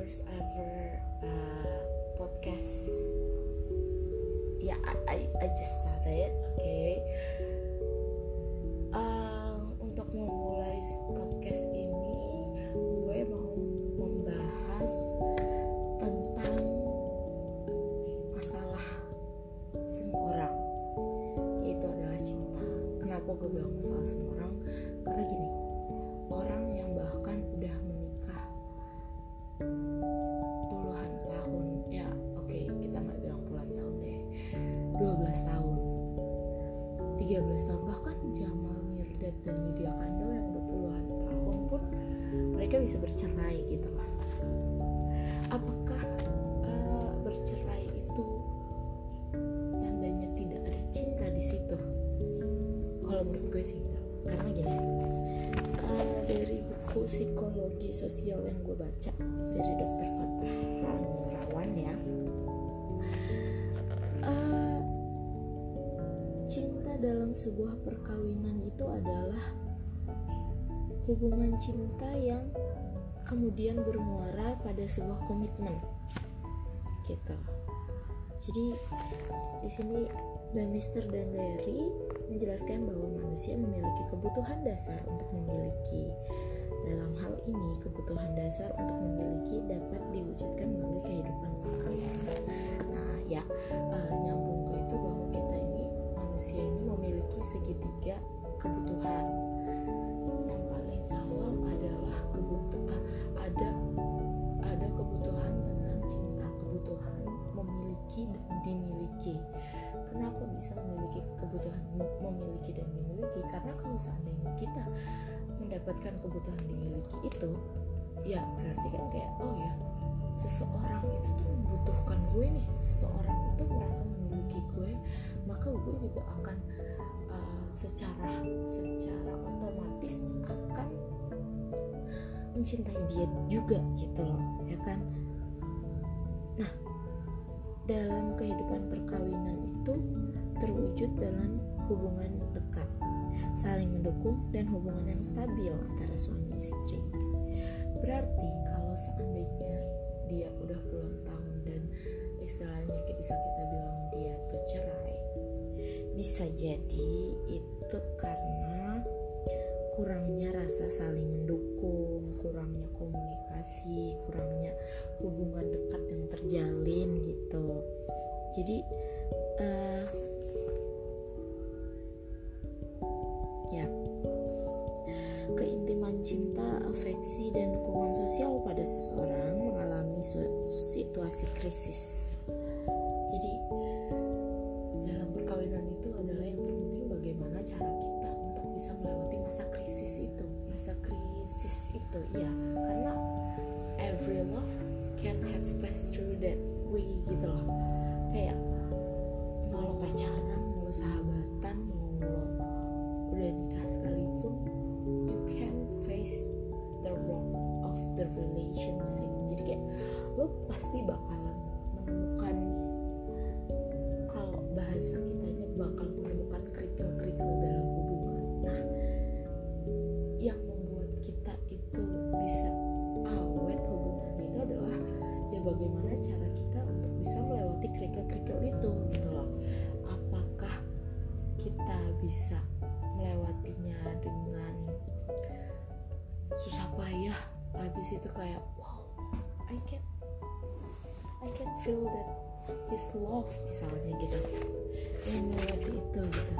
first ever podcast. Yeah, I just started, okay. Untuk memulai podcast ini, gue mau membahas tentang masalah semua orang, yaitu adalah cinta. Kenapa gue bilang masalah semua orang? Karena gini, orang yang bahkan udah menikah puluhan tahun, ya oke, kita gak bilang puluhan tahun deh, 12 tahun, 13 tahun, bahkan Jamal Mirdad dan Lydia Kandou yang udah puluhan tahun pun mereka bisa bercerai gitu lah. Apakah bercerai itu tandanya tidak ada cinta di situ? Kalau menurut gue sih enggak. Karena gini, dari buku psikologi sosial yang gue baca dari Dr. Fatah Tanurawan ya, cinta dalam sebuah perkawinan itu adalah hubungan cinta yang kemudian bermuara pada sebuah komitmen gitu. Jadi di sini Bannister dan Leary menjelaskan bahwa manusia memiliki kebutuhan dasar untuk memiliki. Dalam hal ini, kebutuhan dasar untuk memiliki dapat diwujudkan melalui kehidupan perkawinan. Nah, ya nyambung ke itu bahwa kita ini manusia ini memiliki segitiga kebutuhan. Yang paling awal adalah ada kebutuhan tentang cinta, kebutuhan memiliki dan dimiliki. Kenapa bisa memiliki kebutuhan memiliki dan dimiliki? Karena kalau seandainya kita mendapatkan kebutuhan dimiliki itu, ya berarti kan kayak, oh ya, seseorang itu tuh membutuhkan gue nih, seseorang itu merasa memiliki gue, maka gue juga akan secara otomatis akan mencintai dia juga gitu loh, ya kan? Nah, dalam kehidupan perkawinan itu terwujud dalam hubungan dekat, saling mendukung dan hubungan yang stabil antara suami istri. Berarti kalau seandainya dia udah puluhan tahun dan istilahnya bisa kita bilang dia tuh cerai, bisa jadi itu karena kurangnya rasa saling mendukung, kurangnya komunikasi, kurangnya hubungan dekat yang terjalin gitu. Jadi ya, keintiman cinta, afeksi, dan dukungan sosial pada seseorang mengalami situasi krisis. Jadi dalam perkawinan itu adalah yang terpenting bagaimana cara kita untuk bisa melewati masa krisis itu. Ya, karena every love can have passed through that way gitu loh. Kayak mau lo pacaran, mau lo sahabatan, mau lo udah nikah sekalipun, you can face the rock of the relationship. Jadi kayak lo pasti bakalan menemukan, kalau bahasa kitanya bakal menemukan kerikil-kerikil dalam hubungan. Nah, yang membuat kita itu bisa awet hubungannya itu adalah ya bagaimana cara kita untuk bisa melewati kerikil-kerikil itu gitu loh. Apakah kita bisa melewatinya dengan susah payah, habis itu kayak wow, I can feel that his love misalnya gitu, melewati itu gitu.